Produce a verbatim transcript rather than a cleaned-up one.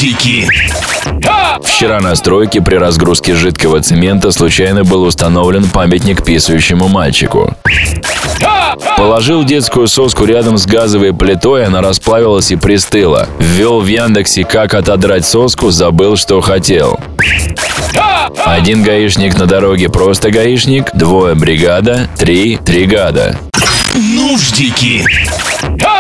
Нуждики. Вчера на стройке при разгрузке жидкого цемента случайно был установлен памятник писающему мальчику. Положил детскую соску рядом с газовой плитой, она расплавилась и пристыла. Ввел в Яндексе, как отодрать соску, забыл, что хотел. Один гаишник на дороге просто гаишник, двое бригада, три тригада. Нуждики.